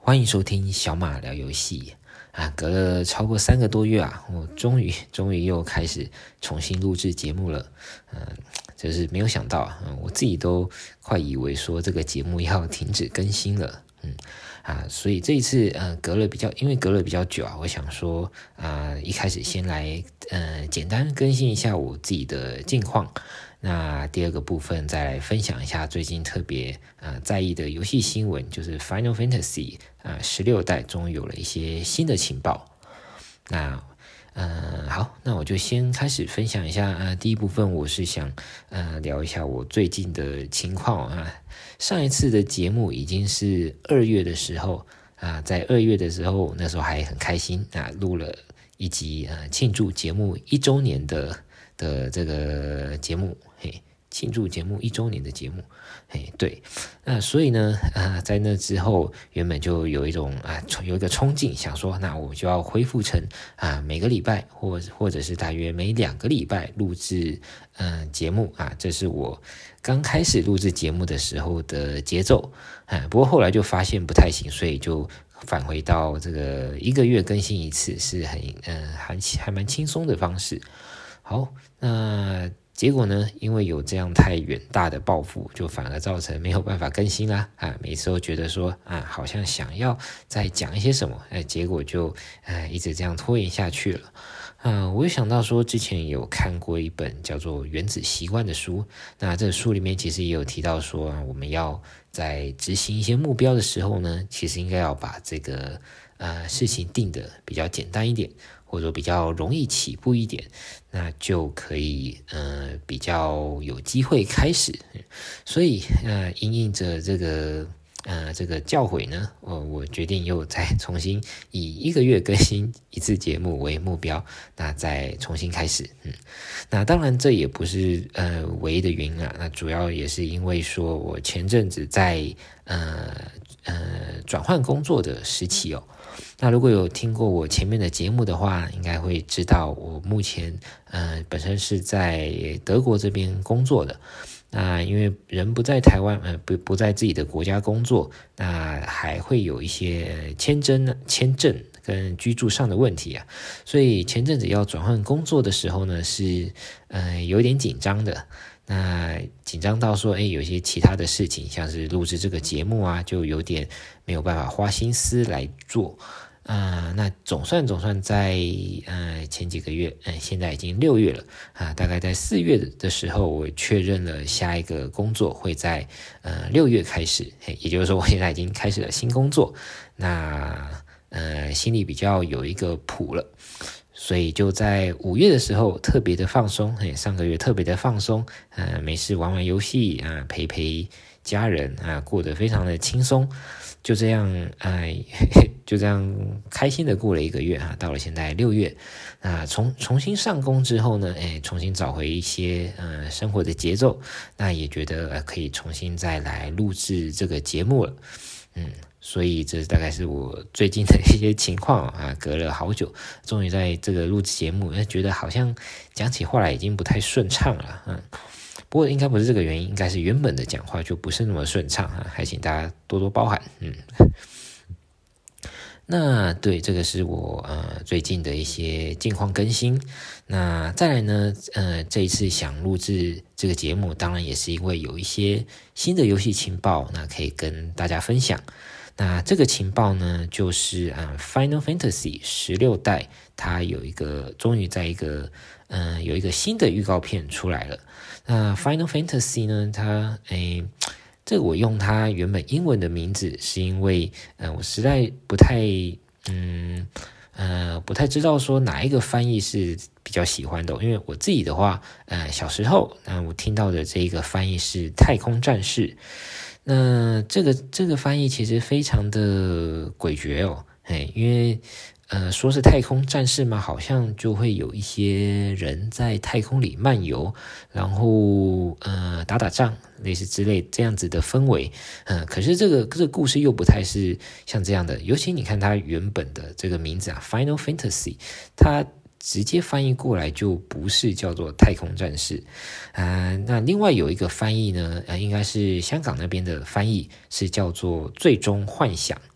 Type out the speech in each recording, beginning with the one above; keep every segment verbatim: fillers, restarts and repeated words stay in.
欢迎收听小马聊游戏啊！隔了超过三个多月啊，我终于终于又开始重新录制节目了。嗯、呃，就是没有想到啊、呃，我自己都快以为说这个节目要停止更新了。嗯啊，所以这一次呃隔了比较，因为隔了比较久啊，我想说啊、呃，一开始先来呃简单更新一下我自己的近况。那第二个部分再来分享一下最近特别呃在意的游戏新闻，就是 Final Fantasy 啊十六代终于有了一些新的情报。那呃好，那我就先开始分享一下呃第一部分，我是想呃聊一下我最近的情况啊。上一次的节目已经是二月的时候啊，在二月的时候，那时候还很开心啊，录了一集呃庆祝节目一周年的的这个节目，嘿，庆祝节目一周年的节目，嘿，对，那所以呢，啊，在那之后，原本就有一种啊，有一个冲劲，想说，那我就要恢复成啊，每个礼拜或或者是大约每两个礼拜录制嗯、呃、节目啊，这是我刚开始录制节目的时候的节奏啊，不过后来就发现不太行，所以就返回到这个一个月更新一次，是很嗯、呃、还还蛮轻松的方式。好，那结果呢？因为有这样太远大的抱负，就反而造成没有办法更新啦。啊，每次都觉得说啊，好像想要再讲一些什么，哎，结果就哎一直这样拖延下去了。啊，我又想到说，之前有看过一本叫做《原子习惯》的书，那这个书里面其实也有提到说，啊，我们要在执行一些目标的时候呢，其实应该要把这个呃事情定得比较简单一点。或者比较容易起步一点，那就可以呃比较有机会开始。所以呃因应着这个呃这个教诲呢，我我决定又再重新以一个月更新一次节目为目标，那再重新开始。嗯，那当然这也不是呃唯一的原因啊，那主要也是因为说我前阵子在呃呃转换工作的时期哦。那如果有听过我前面的节目的话，应该会知道我目前呃本身是在德国这边工作的。那因为人不在台湾，呃不不在自己的国家工作，那还会有一些签证签证跟居住上的问题啊，所以前阵子要转换工作的时候呢，是呃有点紧张的。那紧张到说，哎，有些其他的事情，像是录制这个节目啊，就有点没有办法花心思来做。啊、呃，那总算总算在呃前几个月，嗯、呃，现在已经六月了啊，大概在四月的时候，我确认了下一个工作会在呃六月开始，也就是说，我现在已经开始了新工作，那呃心里比较有一个谱了。所以就在五月的时候特别的放松，哎，上个月特别的放松，呃，没事玩玩游戏啊、呃，陪陪家人啊、呃，过得非常的轻松，就这样，哎、呃，就这样开心的过了一个月啊，到了现在六月，啊、呃，重重新上工之后呢，哎，重新找回一些呃生活的节奏，那也觉得、呃、可以重新再来录制这个节目了，嗯。所以这大概是我最近的一些情况啊，隔了好久，终于在这个录制节目，觉得好像讲起话来已经不太顺畅了，嗯，不过应该不是这个原因，应该是原本的讲话就不是那么顺畅啊，还请大家多多包涵，嗯。那对，这个是我呃最近的一些近况更新。那再来呢，呃，这一次想录制这个节目，当然也是因为有一些新的游戏情报，那可以跟大家分享。那这个情报呢，就是啊、呃、，Final Fantasy 十六代，它有一个终于在一个嗯、呃、有一个新的预告片出来了。那 Final Fantasy 呢，它诶。这个我用它原本英文的名字，是因为呃我实在不太嗯呃不太知道说哪一个翻译是比较喜欢的，因为我自己的话，呃小时候呃我听到的这一个翻译是太空战士。那这个这个翻译其实非常的诡谲哦，嘿，因为呃说是太空战士嘛，好像就会有一些人在太空里漫游，然后呃打打仗，类似之类这样子的氛围，嗯、呃，可是这个这个故事又不太是像这样的，尤其你看它原本的这个名字啊 ，Final Fantasy， 它直接翻译过来就不是叫做太空战士，呃，那另外有一个翻译呢，呃，应该是香港那边的翻译是叫做最终幻想。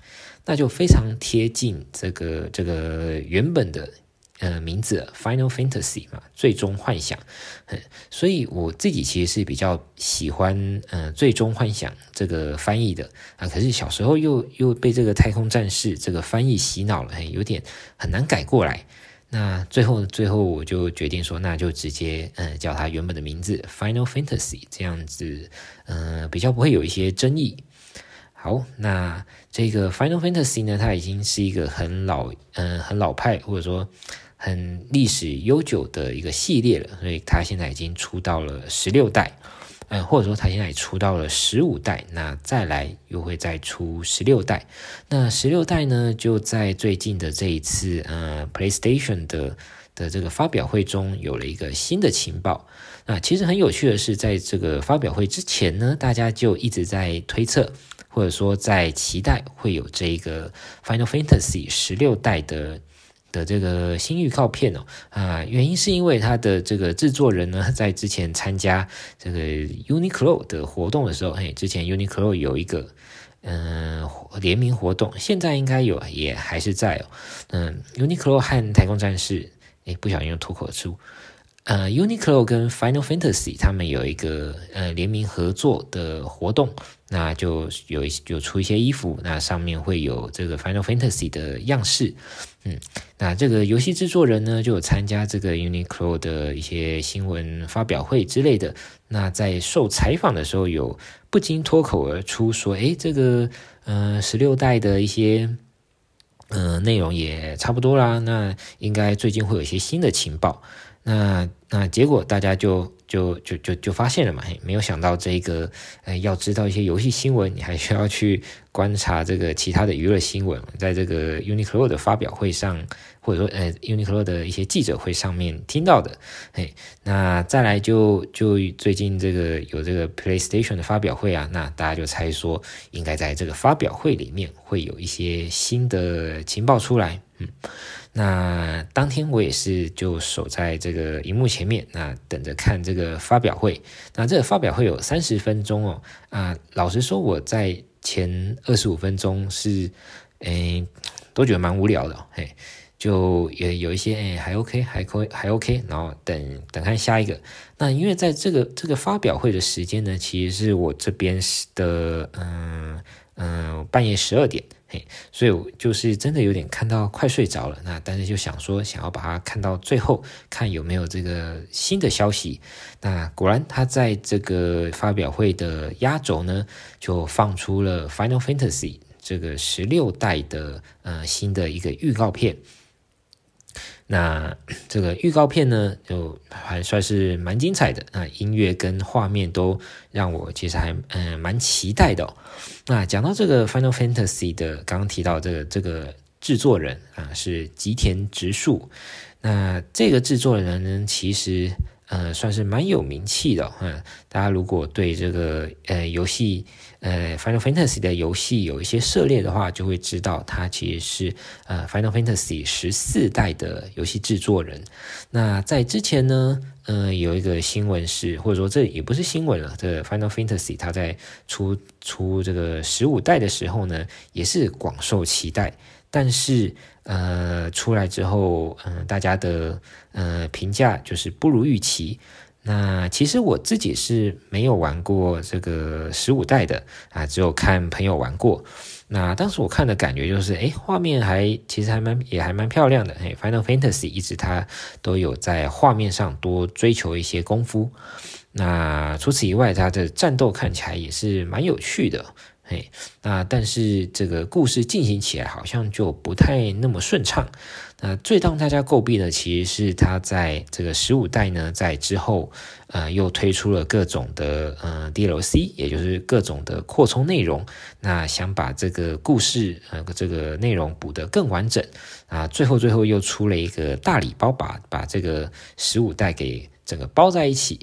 那就非常贴近这个这个原本的呃名字 Final Fantasy 嘛，最终幻想。嗯，所以我自己其实是比较喜欢呃最终幻想这个翻译的啊，可是小时候又又被这个太空战士这个翻译洗脑了，嘿，有点很难改过来。那最后最后我就决定说，那就直接呃叫它原本的名字 Final Fantasy， 这样子呃比较不会有一些争议。好，那这个 Final Fantasy 呢，它已经是一个很老呃很老派或者说很历史悠久的一个系列了，所以它现在已经出到了十六代。嗯，或者说它现在也出到了十五代，那再来又会再出十六代。那十六代呢，就在最近的这一次呃 PlayStation 的的这个发表会中有了一个新的情报。那其实很有趣的是，在这个发表会之前呢，大家就一直在推测，或者说在期待会有这个 Final Fantasy 十六代的。的这个新预告片哦，啊，原因是因为他的这个制作人呢，在之前参加这个 Uniqlo 的活动的时候，嘿，之前 Uniqlo 有一个嗯、呃、联名活动，现在应该有，也还是在哦，嗯 ，Uniqlo 和太空战士，哎，不小心又脱口而出。呃 ，Uniqlo 跟 Final Fantasy 他们有一个呃联名合作的活动，那就有有出一些衣服，那上面会有这个 Final Fantasy 的样式，嗯，那这个游戏制作人呢就有参加这个 Uniqlo 的一些新闻发表会之类的，那在受采访的时候有不禁脱口而出说，诶，这个呃十六代的一些呃内容也差不多啦，那应该最近会有一些新的情报。那那结果大家就就就就就发现了嘛，嘿，没有想到这个呃要知道一些游戏新闻，你还需要去观察这个其他的娱乐新闻，在这个 Uniqlo 的发表会上，或者说呃 Uniqlo 的一些记者会上面听到的，嘿，那再来就就最近这个有这个 PlayStation 的发表会啊，那大家就猜说应该在这个发表会里面会有一些新的情报出来，嗯。那当天我也是就守在这个荧幕前面，那等着看这个发表会。那这个发表会有三十分钟哦，啊，老实说我在前二十五分钟是，诶，都觉得蛮无聊的，嘿，就也有一些诶还 OK 还可以还 OK， 然后等等看下一个。那因为在这个这个发表会的时间呢，其实是我这边的嗯嗯半夜十二点。所以我就是真的有点看到快睡着了，那但是就想说想要把它看到最后，看有没有这个新的消息。那果然他在这个发表会的压轴呢，就放出了 Final Fantasy 这个十六代的呃新的一个预告片。那这个预告片呢，就还算是蛮精彩的，那音乐跟画面都让我其实还嗯、呃、蛮期待的哦。那讲到这个 Final Fantasy 的，刚刚提到这个这个制作人啊是吉田直树，那这个制作人呢其实呃算是蛮有名气的，嗯，大家如果对这个呃游戏呃 Final Fantasy 的游戏有一些涉猎的话，就会知道他其实是呃 Final Fantasy 十四代的游戏制作人。那在之前呢，呃有一个新闻是，或者说这也不是新闻了，这个 Final Fantasy 它在出出这个十五代的时候呢，也是广受期待。但是，呃，出来之后，嗯、呃，大家的呃评价就是不如预期。那其实我自己是没有玩过这个十五代的啊，只有看朋友玩过。那当时我看的感觉就是，诶，画面还其实还蛮也还蛮漂亮的。诶 Final Fantasy 一直它都有在画面上多追求一些功夫。那除此以外，它的战斗看起来也是蛮有趣的。嘿，那但是这个故事进行起来好像就不太那么顺畅。那最让大家诟病的其实是他在这个十五代呢，在之后呃又推出了各种的呃 D L C， 也就是各种的扩充内容。那想把这个故事呃这个内容补得更完整啊，最后最后又出了一个大礼包把，把把这个十五代给整个包在一起。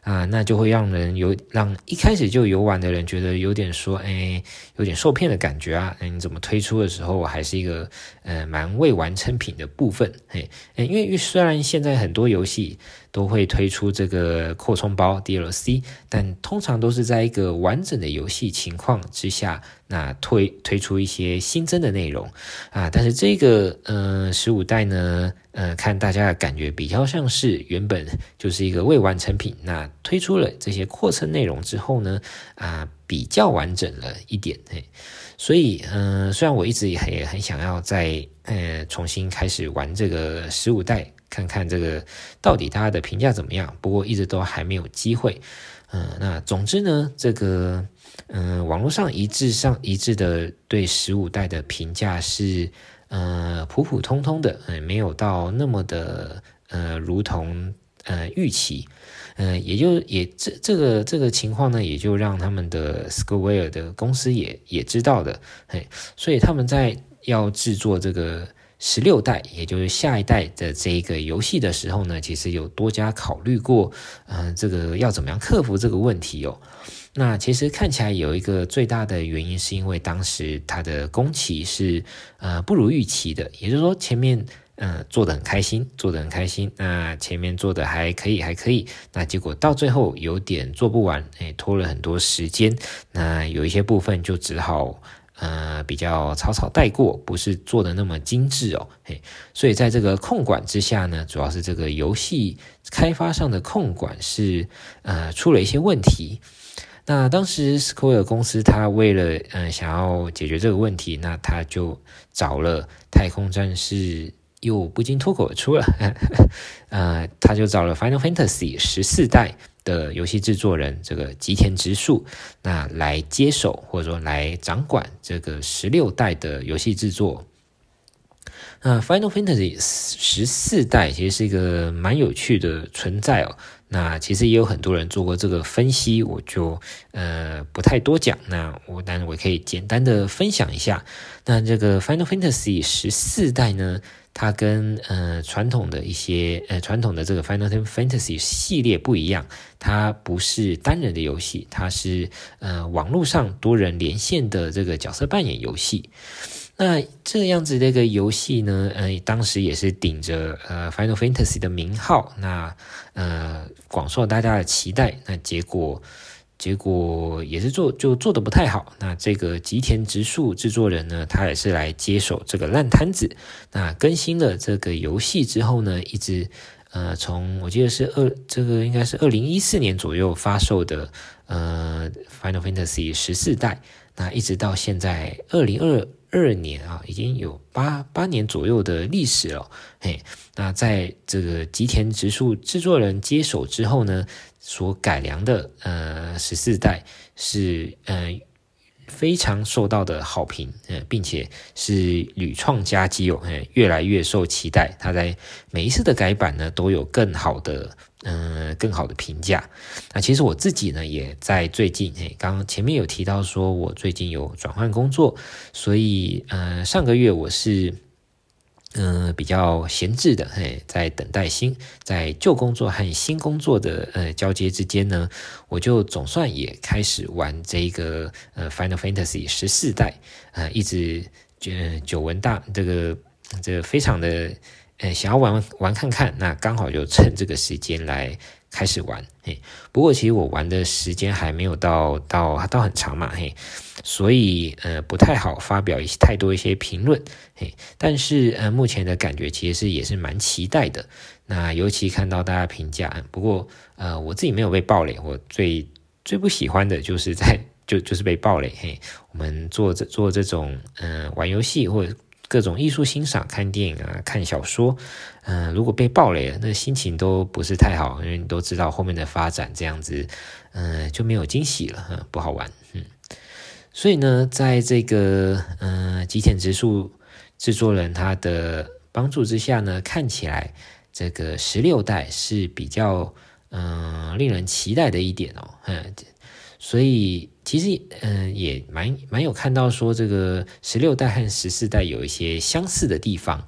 啊，那就会让人有让一开始就游玩的人觉得有点说，哎，有点受骗的感觉啊。你怎么推出的时候还是一个呃蛮未完成品的部分？嘿，因为虽然现在很多游戏都会推出这个扩充包 D L C， 但通常都是在一个完整的游戏情况之下，那推推出一些新增的内容啊。但是这个呃十五代呢，呃，看大家的感觉比较像是原本就是一个未完成品，那推出了这些扩增内容之后呢，啊，比较完整了一点。嘿，所以呃，虽然我一直也很很想要再呃重新开始玩这个十五代。看看这个到底大家的评价怎么样，不过一直都还没有机会。嗯、呃，那总之呢，这个嗯、呃，网络上一致上一致的对十五代的评价是呃普普通通的，嗯、呃，没有到那么的呃如同呃预期。呃，也就也这这个这个情况呢，也就让他们的 Square 的公司也也知道的，嘿，所以他们在要制作这个。十六代，也就是下一代的这一个游戏的时候呢，其实有多加考虑过，嗯、呃，这个要怎么样克服这个问题哦。那其实看起来有一个最大的原因，是因为当时它的工期是呃不如预期的，也就是说前面呃做得很开心，做得很开心，那前面做得还可以，还可以，那结果到最后有点做不完，哎，拖了很多时间，那有一些部分就只好。呃，比较草草带过，不是做的那么精致哦，嘿，所以在这个控管之下呢，主要是这个游戏开发上的控管是呃出了一些问题。那当时 Square 公司他为了呃想要解决这个问题，那他就找了太空战士。又不禁脱口而出了，呃，他就找了 Final Fantasy 十四代的游戏制作人这个吉田直树，那来接手或者说来掌管这个十六代的游戏制作。那 Final Fantasy 十四代其实是一个蛮有趣的存在哦。那其实也有很多人做过这个分析，我就呃不太多讲。那我但我可以简单的分享一下。那这个 Final Fantasy 十四代呢，它跟呃传统的一些呃传统的这个 Final Fantasy 系列不一样，它不是单人的游戏，它是呃网络上多人连线的这个角色扮演游戏。那这样子的一个游戏呢，呃，当时也是顶着呃 Final Fantasy 的名号，那呃广受大家的期待。那结果结果也是做就做得不太好。那这个吉田直树制作人呢，他也是来接手这个烂摊子。那更新了这个游戏之后呢，一直呃从我记得是二这个应该是二零一四年左右发售的呃 Final Fantasy 十四代，那一直到现在二零二二年啊，已经有八八年左右的历史了。嘿，那在这个吉田直树制作人接手之后呢，所改良的呃十四代是呃非常受到的好评，呃，并且是屡创佳绩哦，呃，越来越受期待。它在每一次的改版呢，都有更好的。嗯、呃，更好的评价。那其实我自己呢，也在最近，嘿，刚刚前面有提到说，我最近有转换工作，所以呃，上个月我是嗯、呃、比较闲置的，嘿，在等待新，在旧工作和新工作的呃交接之间呢，我就总算也开始玩这个呃 Final Fantasy 十四代，呃，一直呃久闻大这个这个非常的。呃，想要玩玩看看，那刚好就趁这个时间来开始玩。嘿，不过其实我玩的时间还没有到到到很长嘛，嘿，所以呃不太好发表一些太多一些评论。嘿，但是呃目前的感觉其实是也是蛮期待的。那尤其看到大家评价，不过呃我自己没有被爆雷，我最最不喜欢的就是在就就是被爆雷。嘿，我们做这做这种嗯、呃、玩游戏或者。各种艺术欣赏、看电影啊、看小说，嗯、呃，如果被爆雷了，那心情都不是太好，因为你都知道后面的发展这样子，嗯、呃，就没有惊喜了，嗯，不好玩，嗯。所以呢，在这个嗯、呃、吉田直树制作人他的帮助之下呢，看起来这个十六代是比较嗯、呃、令人期待的一点哦，嗯。所以其实嗯、呃、也蛮蛮有看到说这个十六代和十四代有一些相似的地方。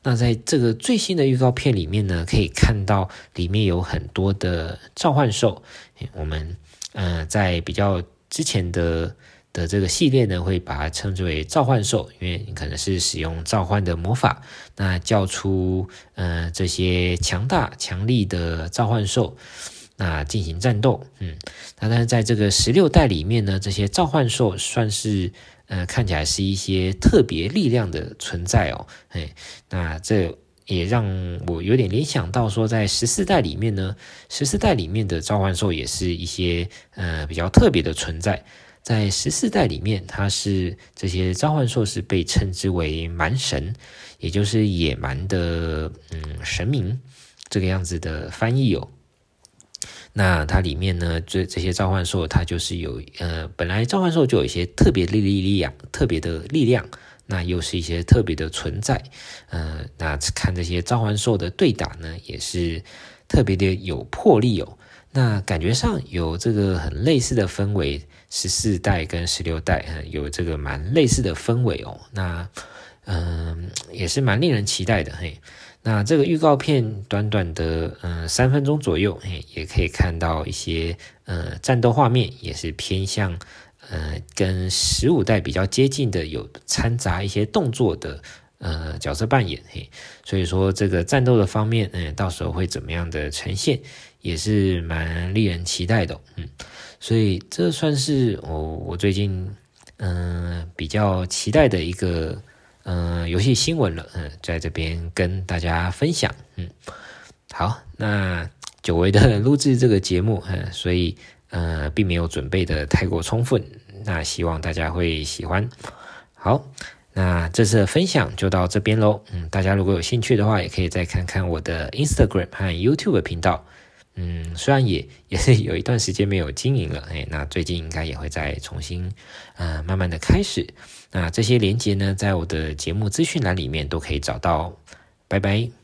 那在这个最新的预告片里面呢，可以看到里面有很多的召唤兽。我们呃在比较之前的的这个系列呢，会把它称之为召唤兽，因为你可能是使用召唤的魔法，那叫出呃这些强大强力的召唤兽，那进行战斗。嗯，那但是在这个十六代里面呢，这些召唤兽算是呃看起来是一些特别力量的存在哦。哎，那这也让我有点联想到说，在十四代里面呢，十四代里面的召唤兽也是一些呃比较特别的存在。在十四代里面，它是这些召唤兽是被称之为蛮神，也就是野蛮的嗯神明这个样子的翻译哦。那它里面呢，这这些召唤兽，它就是有呃，本来召唤兽就有一些特别的力量，特别的力量，那又是一些特别的存在，呃，那看这些召唤兽的对打呢，也是特别的有魄力哦。那感觉上有这个很类似的氛围，十四代跟十六代、呃、有这个蛮类似的氛围哦。那嗯、呃，也是蛮令人期待的嘿。那这个预告片短短的嗯、呃、三分钟左右，嘿，也可以看到一些呃战斗画面，也是偏向呃跟十五代比较接近的，有掺杂一些动作的呃角色扮演，嘿，所以说这个战斗的方面，嗯、呃，到时候会怎么样的呈现，也是蛮令人期待的，嗯，所以这算是我、哦、我最近嗯、呃、比较期待的一个。嗯，游戏新闻了，嗯，在这边跟大家分享，嗯，好，那久违的录制这个节目，嗯，所以呃，并没有准备的太过充分，那希望大家会喜欢。好，那这次的分享就到这边咯，嗯，大家如果有兴趣的话，也可以再看看我的 Instagram 和 YouTube 频道。嗯，虽然也也是有一段时间没有经营了，哎，那最近应该也会再重新，呃，慢慢的开始。那这些连结呢，在我的节目资讯栏里面都可以找到。拜拜。